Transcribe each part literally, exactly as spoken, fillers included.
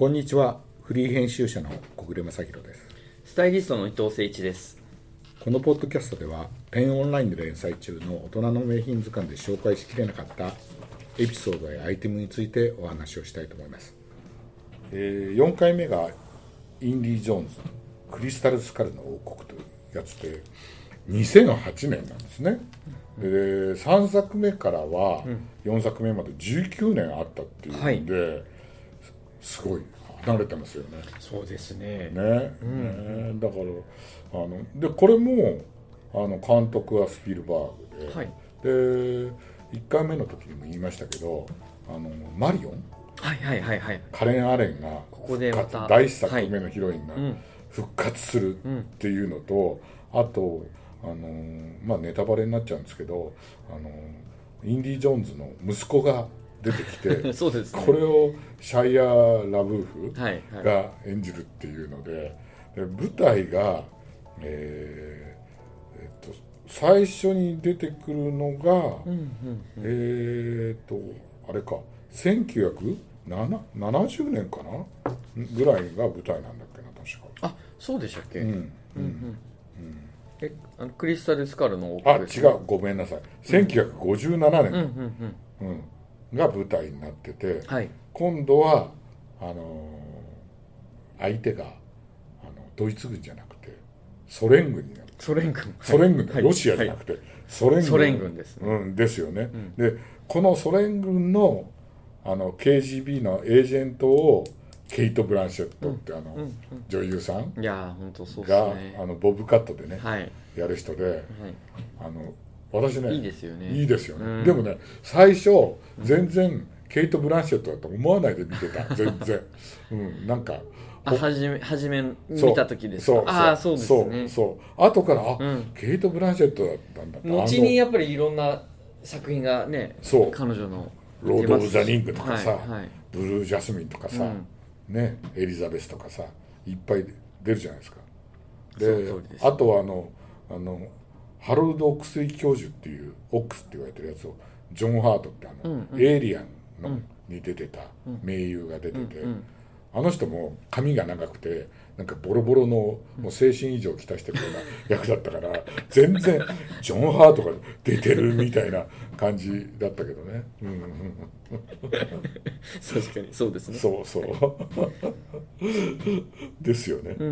こんにちは。フリー編集者の小暮正弘です。 スタイリストの伊藤誠一です。 このポッドキャストではペンオンラインで連載中の大人の名品図鑑で紹介しきれなかったエピソードやアイテムについてお話をしたいと思います。えー、よんかいめがインディ・ジョーンズクリスタルスカルの王国というやつでにせんはちねんなんですね。でさんさくめからはよんさくめまでじゅうきゅうねんあったっていうんで、はい、すごい離れてますよね。 そうですね。 ね、うん、ねだからあのでこれもあの監督はスピルバーグで、はい、でいっかいめの時にも言いましたけどあのマリオン、 はいはいはいはい、 カレン・アレンがここでまただいいっさくめのヒロインが復活するっていうのと、うん、あとあの、まあ、ネタバレになっちゃうんですけどあのインディ・ジョーンズの息子が出てきてそうです、ね、 これをシャイア・ラブーフが演じるっていうので、はいはい、で舞台が、えーえっと、最初に出てくるのが、うんうんうん、えー、っとあれかせんきゅうひゃくななじゅうねんかなぐらいが舞台なんだっけな確か。 あ、そうでしたっけ。うんうんうんうん、 えあのクリスタルスカルの王国ですか。あ、違う、ごめんなさい、せんきゅうひゃくごじゅうななねん、うんうんうんうんが舞台になってて、はい、今度はあのー、相手があのドイツ軍じゃなくてソ連軍になる。 ソ連軍、 ソ連軍、はい、ロシアじゃなくて、はい、ソ連軍、 ソ連軍ですね、 うん、ですよね、うん、でこのソ連軍の、あの ケージービー のエージェントをケイト・ブランシェットって、うん、あの、うんうん、女優さんいや本当そうですねがあのボブカットでね、はい、やる人で、はい、あの私ねいいですよね。 いいですよね、うん、でもね最初全然ケイト・ブランシェットだと思わないで見てた全然、うん、なんかあ初め初め見た時ですか。 そうああそうですね。 そうそう後からあ、うん、ケイト・ブランシェットだったんだって後にやっぱりいろんな作品がねそう彼女のロード・オブ・ザ・リングとかさ、 はいはい、 ブルー・ジャスミンとかさ、うん、ねエリザベスとかさいっぱい出るじゃないですか。で、であとはあのあのハロルド・オックスリー教授っていうオックスって言われてるやつをジョン・ハートってあの、うんうん、エイリアンの、うん、に出てた名優が出てて、うんうん、あの人も髪が長くてなんかボロボロのもう精神異常をきたしてるような役だったから全然ジョン・ハートが出てるみたいな感じだったけどね、うんうんうん、 確かにそうですね。 そうそうですよね、うんうん、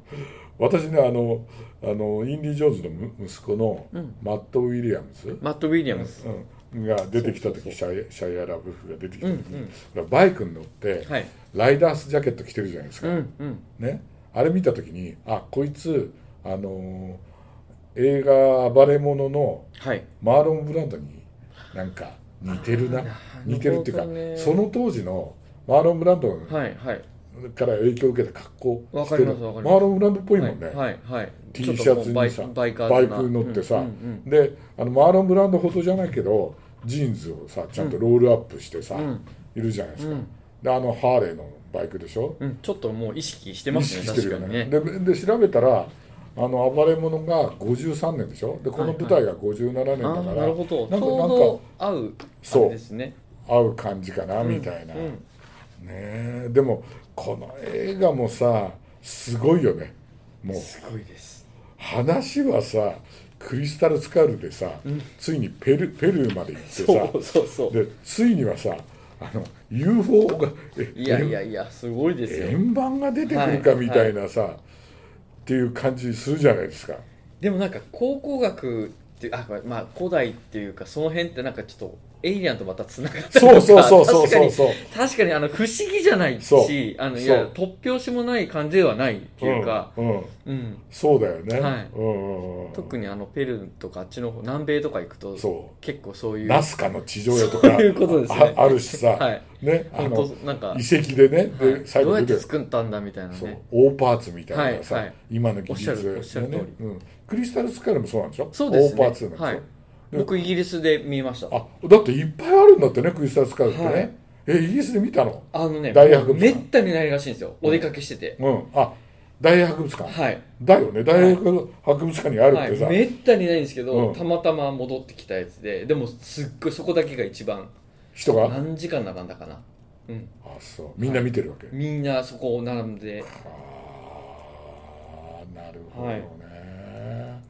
私ねあのあのインディ・ジョーンズの息子のマット・ウィリアムズ、うん、 マット・ウィリアムズ、 うん、が出てきた時シャイア・ラブフが出てきた時に、うんうん、バイクに乗って、はい、ライダースジャケット着てるじゃないですか、うんうんね、あれ見た時にあこいつあのー、映画暴れ者のマーロン・ブランドになんか似てるな、はい、似てるっていうかその当時のマーロン・ブランドから影響を受けた格好してる、マーロン・ブランドっぽいもんね、はいはいはい、T シャツにさバイ, バイクに乗ってさ、うんうんうん、であのマーロン・ブランドほどじゃないけどジーンズをさちゃんとロールアップしてさ、うん、いるじゃないですか、うん、であのハーレーのバイクでしょ、 うん、ちょっともう意識してますね。 意識してるよね。 確かにね。 で、で調べたらあの暴れ者がごじゅうさんねんでしょ。でこの舞台がごじゅうななねんだから、はいはい、 なるほど、なんかちょうど合うあれですね。 合う感じかな、うん、みたいな、うん、ね。でもこの映画もさすごいよね。もうすごいです。 話はさクリスタルスカルでさ、うん、ついにペル、ペルーまで行ってさ、 そうそうそうでついにはさあの ユーフォー がいやいやいやすごいですよ。 円盤が出てくるかみたいなさ、はいはい、っていう感じするじゃないですか。 でもなんか考古学ってあまあ古代っていうかその辺ってなんかちょっとエイリアンとまたつながってるのか。 そうそうそうそうそう確かにあの不思議じゃないしあのいや突拍子もない感じではないっていうか、 うんうんうん、そうだよね、 はい、 うんうん、 特にあのペルーとかあっちの方南米とか行くと結構そういうナスカの地上絵とかいうことです、ね、 あ, あるしさ、はい、ねあのなんか遺跡でね、はい、で最後どうやって作ったんだみたいなねそう大パーツみたいなさ、はいはい、今の技術で、ね、 おっしゃる通り、 うん、クリスタルスカルもそうなんでしょ。 そうですね、 大パーツなんでしょ、はい、 僕イギリスで見ました。 あだっていっぱいあるんだってねクリスタルスカルってね、はい、えイギリスで見たの。 あのね大博物館めったにないらしいんですよ、お出かけしてて、 うん、うん、あ大博物館、 はい、 だよね大博物館にあるってさ、 はい、めったにないんですけど、うん、たまたま戻ってきたやつででもすっごいそこだけが一番人が何時間並んだかなうん、 あそうみんな見てるわけ、 はい、みんなそこを並んで、 ああなるほどね、はい、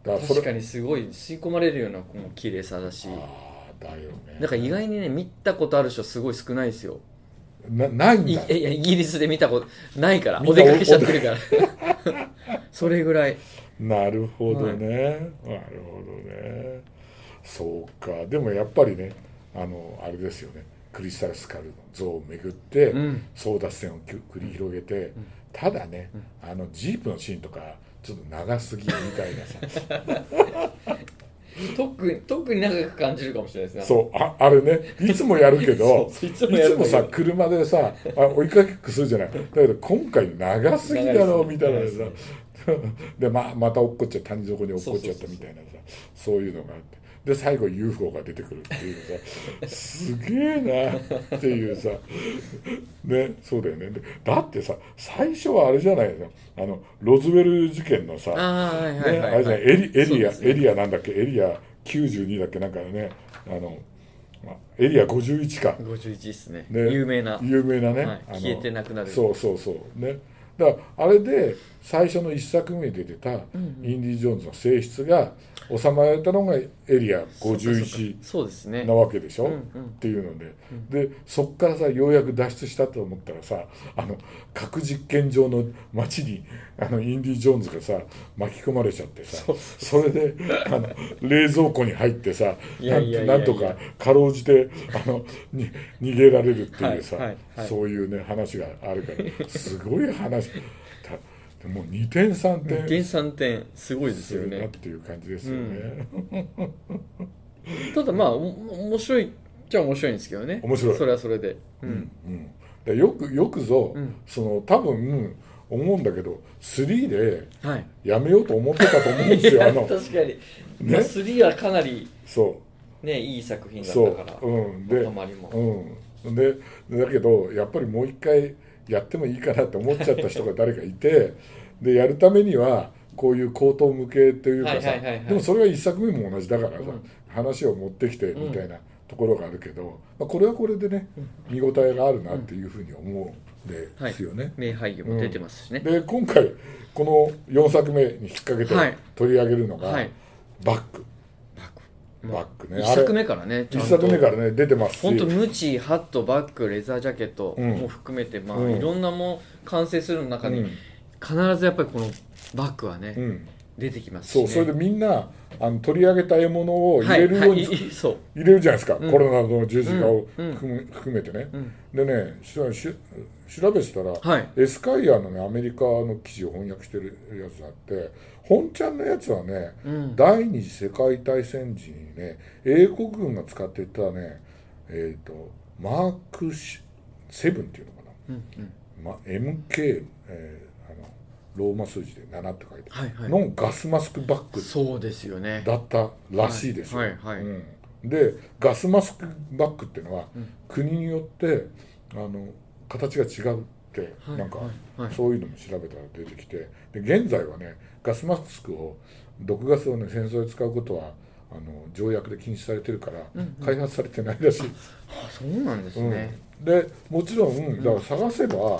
だから確かにすごい吸い込まれるようなこの綺麗さだし、 あだよね、 だから意外にね見たことある人すごい少ないですよ。 なないんだ。 いやイギリスで見たことないから、お出かけしちゃってるからそれぐらい。 なるほどね、はい、なるほどね。そうか。でもやっぱりね、あのあれですよね、クリスタルスカルの像を巡って争奪戦を繰り広げて、うん、ただね、うん、あのジープのシーンとかちょっと長すぎみたいなさ特に特に長く感じるかもしれないですね。 そう あ, あれねいつもやるけどいつもやるいつもさ車でさあ追いかけするじゃない。だけど今回長すぎだろうみたいなさで ま, また落っこっちゃ谷底に落っこっちゃったみたいなさ、そういうのがあって、で最後 ユーフォー が出てくるっていうさすげえなっていうさね、そうだよね。だってさ最初はあれじゃないの、あのロズウェル事件のさあれじゃない、エリエリア、ね、エリアなんだっけ、エリアきゅうじゅうにだっけなんかね、あのエリアごじゅういちかごじゅういちですね、ね有名な有名なね、 はい、消えてなくなる、 そうそうそうね。だからあれで最初のいっさくめで出たインディ・ジョーンズの性質が収まられたのがエリアごじゅういちなわけでしょ、うんうん、っていうので、うん、でそっからさようやく脱出したと思ったらさ、あの核実験場の街にあのインディ・ジョーンズがさ巻き込まれちゃってさ、 そ, それであの冷蔵庫に入ってさなんとかかろうじてあのに逃げられるっていうさ、はいはいはい、そういうね話があるからすごい話もうにてんさんてんにてんさんてんすごいですよね。 するなっていう感じですよね、うん、 ただまあ面白いじゃ面白いんですけどね。 面白い、 それはそれで、 うんうん、だよくよくぞ、うん、その多分思うんだけどスリーでやめようと思ってたと思うんですよ、はい、あの確かに、ねまあ、スリーはかなりそうねいい作品だったから、 そう、うん、で、 たまりも、 うん、でだけどやっぱりもう一回やってもいいかなって思っちゃった人が誰かいてでやるためにはこういう口頭向けというかさ、でもそれはいっさくめも同じだからさ、うん、話を持ってきてみたいなところがあるけど、まあ、これはこれでね見応えがあるなっていうふうに思うんですよね、はい、 名俳優も出てますしね、 うん、で今回このよんさくめに引っ掛けて取り上げるのが、はい、バックバックね、 いっさくめからね、 いっさくめからね出てますし、 本当ムチ、ハット、バッグ、レザージャケットも含めて、うん、まあ、うん、いろんなも完成するの中に、うん、必ずやっぱりこのバッグはね、うん、出てきますし、ね、 そうそれでみんなあの取り上げた獲物を入れるように、はいはい、そう入れるじゃないですか、うん、コロナの十字架を含め、含めてね、うん、でねしし調べてたら、はい、エスカイアのねアメリカの記事を翻訳してるやつがあって、本ちゃんのやつはね、うん、第二次世界大戦時にね英国軍が使っていたねえっ、ー、とマークセブンっていうのかな、うんうんま、エムケー、えー、あのローマ数字でななって書いてある、はいはい、のガスマスクバッグそうですよねだったらしいですよ、 はいはいはい、 うん、でガスマスクバッグっていうのは、うん、国によってあの形が違うって、はい、なんか、はいはい、そういうのも調べたら出てきて、で現在はねガスマスクを毒ガスをね戦争で使うことはあの条約で禁止されてるから、うんうん、開発されてないらしい。 あ、そうなんですね、 うん、でもちろんだから探せば、うんうん、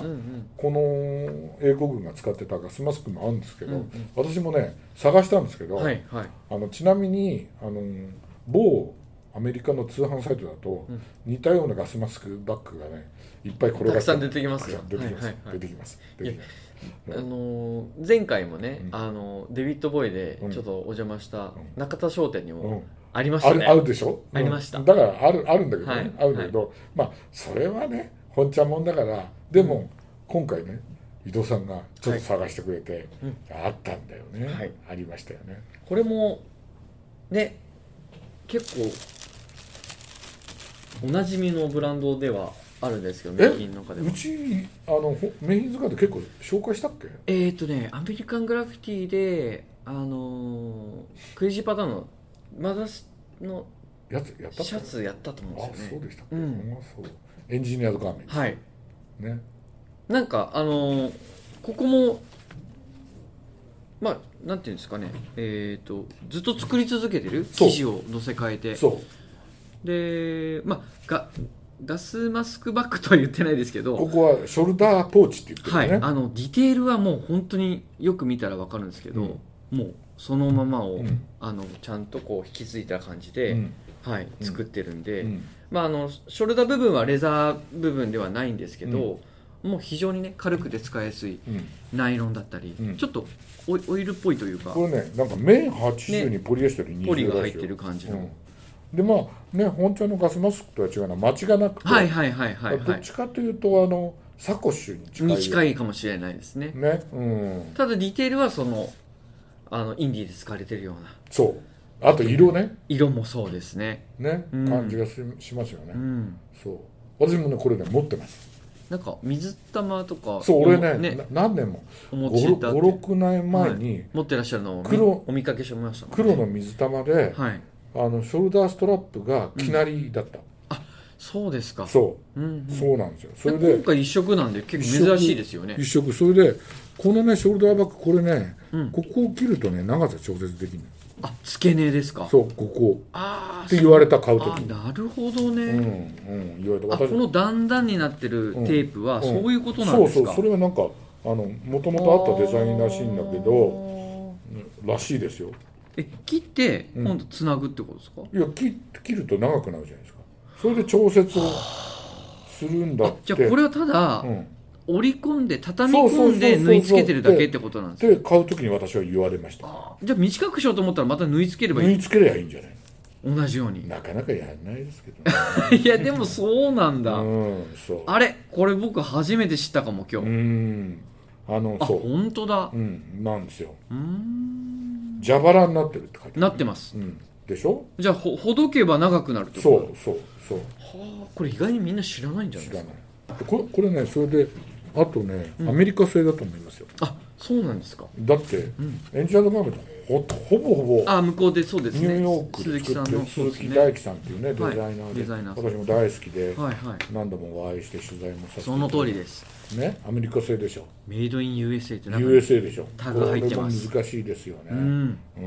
この英国軍が使ってたガスマスクもあるんですけど、うんうん、私もね探したんですけど、はいはい、あのちなみにあの某アメリカの通販サイトだと、うん、似たようなガスマスクバッグがねいっぱい転がってたくさん出てきますよ。 出てきます、はいはいはい、出てきます出てきます。 あのー、前回もね、うん、あのデビッド・ボーイでちょっとお邪魔した中田商店にもありましたね、うんうん、 ある、あるでしょ、 ありました、 だからある、あるんだけどね、はい、あるんだけど、はい、まあそれはね本ちゃんもんだから。でも、うん、今回ね伊藤さんがちょっと探してくれて、はい、あったんだよね、はい、ありましたよね。 これもね結構おなじみのブランドではあるんですけど、メインの中では。 うちあのメイン図鑑で結構紹介したっけ？ えっ、ー、とねアメリカングラフィティであのー、クレイジーパターンのマダスのやつやったシャツやったと思うんですよね。 あ、そうでしたっけ、うん、そうエンジニアードガーメンツ、 はいね、 なんかあのー、ここもまあなんていうんですかね、えーとずっと作り続けてる生地を乗せ替えて、 そうでまあがガスマスクバッグとは言ってないですけど、 ここはショルダーポーチって言ってるね、 はい、あのディテールはもう本当によく見たら分かるんですけど、うん、もうそのままを、うん、あのちゃんとこう引き継いだ感じで、うんはい、作ってるんで、うんまあ、あのショルダー部分はレザー部分ではないんですけど、うん、もう非常にね軽くて使いやすいナイロンだったり、うん、ちょっとオイルっぽいというか、 これねなんか綿はちじゅうにポリエステルにじゅう、 ね、ポリが入ってる感じの、うんでまあね本茶のガスマスクとは違うのはマチがなくて、 はいはいはいはい、はい、 どっちかというとあのサコッシュに近いに近いかもしれないですね。 ね、うん、 ただディテールはそのあのインディーで使われてるような、 そうあと色ね色もそうですねね、うん、感じが し, しますよね、 うん、 そう私もねこれね持ってます。 なんか水玉とかそう俺 ね, ね何年もごろくねんまえに、 はい、持ってらっしゃるのを黒お見かけしました、ね、 黒の水玉で、はい、あのショルダーストラップがきなりだった、うん、 あそうですかそう、うんうん、そうなんですよ。それで今回一色なんで結構珍しいですよね。 一色それでこのねショルダーバッグこれね、うん、ここを切るとね長さ調節できるの。 あ付け根ですか。 そうここあって言われた買うときに。あなるほどね、うんうん、言われた。 あこの段々になってるテープはそういうことなんですか、 うんうん、そうそうそれはなんかあのもともとあったデザインらしいんだけどらしいですよ。 え切って今度つなぐってことですか、 うん、いや 切, 切ると長くなるじゃないですか。それで調節をするんだって。 じゃあこれはただ、うん折り込んで畳み込んで縫い付けてるだけってことなんですか。 で買うときに私は言われました。 あじゃあ短くしようと思ったらまた縫い付ければいい。 縫い付ければいいんじゃない。 同じようになかなかやらないですけど、ね、 いやでもそうなんだ、 うん、そうあれこれ僕初めて知ったかも今日。 うんあのあそう本当だ、 うん、なんですよ。 うーん蛇腹になってるって書いてある。 なってます、 うん、でしょ。 じゃあ ほ, ほどけば長くなるってそこと。 うそうそうはあこれ意外にみんな知らないんじゃないですか。 知らない。これ、これねそれであとね、うん、アメリカ製だと思いますよ。 あそうなんですか。 だって、うん、エンジニアドガーメント ほ, ほぼほぼあ向こうでそうですねニューヨークで作ってる鈴木大樹さんっていうねデザイナーで、はい、デザイナー私も大好きで、はいはい、何度もお会いして取材もさせてその通りですね。アメリカ製でしょ。 メイドイン ユーエスエー ってなんかユーエスエー でしょ。 タグが入ってます。 これも難しいですよね、うんうん、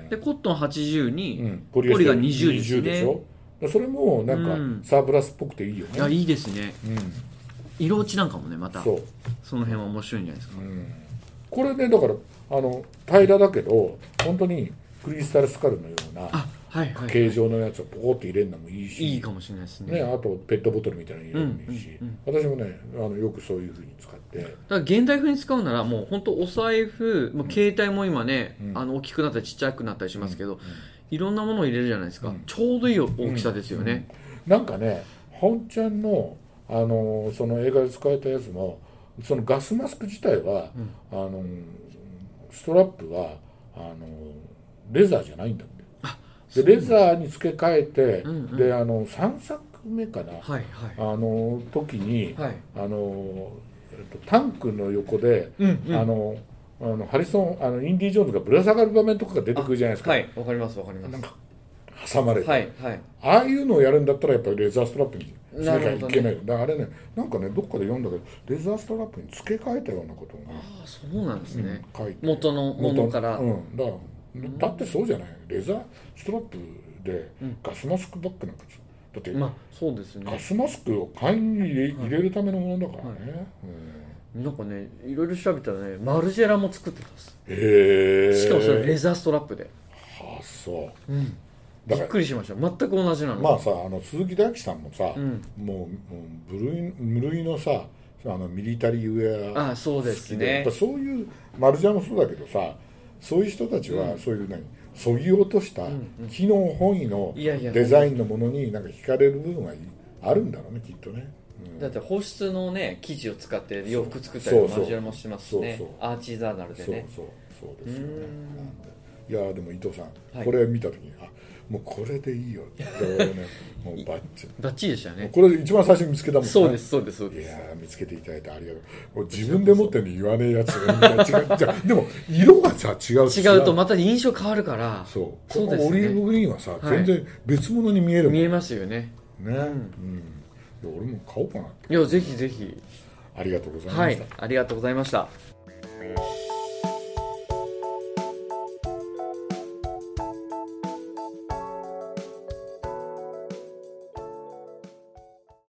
でコットンはちじゅうに、うん、 ポリエステルがにじゅうですね。 でしょ。それもなんか、うん、サーブラスっぽくていいよね。 いやいいですね、 うん、 色落ちなんかもねまたそ, うその辺は面白いんじゃないですか、うん、 これねだからあの平らだけど本当にクリスタルスカルのような形状のやつをポコッと入れるのもいいし、 いいかもしれないですね。 ねあとペットボトルみたいなの入れるのもいいし、うんうんうん、私もねあのよくそういう風に使って。だから現代風に使うならもう本当お財布、もう携帯も今ね、うん、あの大きくなったりちっちゃくなったりしますけど、うんうん、いろんなものを入れるじゃないですか、うん、ちょうどいい大きさですよね、 うんうん、なんかね本ちゃんのあのその映画で使えたやつもそのガスマスク自体は、うん、あのストラップはあのレザーじゃないんだって。でレザーに付け替えて、うんうん、であのさんさくめかな、はいはい、あの時に、はい、あのタンクの横で、うんうん、あのあのハリソンあのインディ・ジョーンズがぶら下がる場面とかが出てくるじゃないですか。 はいわかりますわかります。 なんか挟まれて、 はいはい、 ああいうのをやるんだったらやっぱりレザーストラップにしなきゃいけない。だからあれねなんかねどっかで読んだけどレザーストラップに付け替えたようなことがああそうなんですね、 うん、書いて元のものから、 うん、だからだってそうじゃない。レザーストラップでガスマスクバッグなんかだって、 まあそうですね、 ガスマスクを買いに入れ、はい、入れるためのものだからね、はいうん、なんかねいろいろ調べたらねマルジェラも作ってます。 へえ。 しかもそれレザーストラップで。 はあそう、 うん、びっくりしました。全く同じなの。 まあさあの鈴木大樹さんもさ、うん、もう無類無類のさあのミリタリーウェアあそうですね。 やっぱそういうマルジェラもそうだけどさそういう人たちはそういう何そぎ落とした機能本位のデザインのものになんか惹かれる部分はあるんだろうねきっとね、 うん、だって保湿のね生地を使って洋服作ったりとかマルジェラもしてますしね。そうそうアーチーザーナルでね。 そうそうそうですよね。いやでも伊藤さん、はい、これ見た時にあもうこれでいいよって、ね、もうバッチリバッチリでしたね。 これ一番最初に見つけたもんね。 そうですそうですそうです。 いや見つけていただいてありがとう。もう自分で持ってるのに言わねえやつが違うじゃでも色がさ違う違うとまた印象変わるからそうこのオリーブグリーンはさ、はい、全然別物に見えるもん。 見えますよね。 ね、うん、うん、いや俺も買おうかなって。 いやぜひぜひありがとうございました。 はいありがとうございました。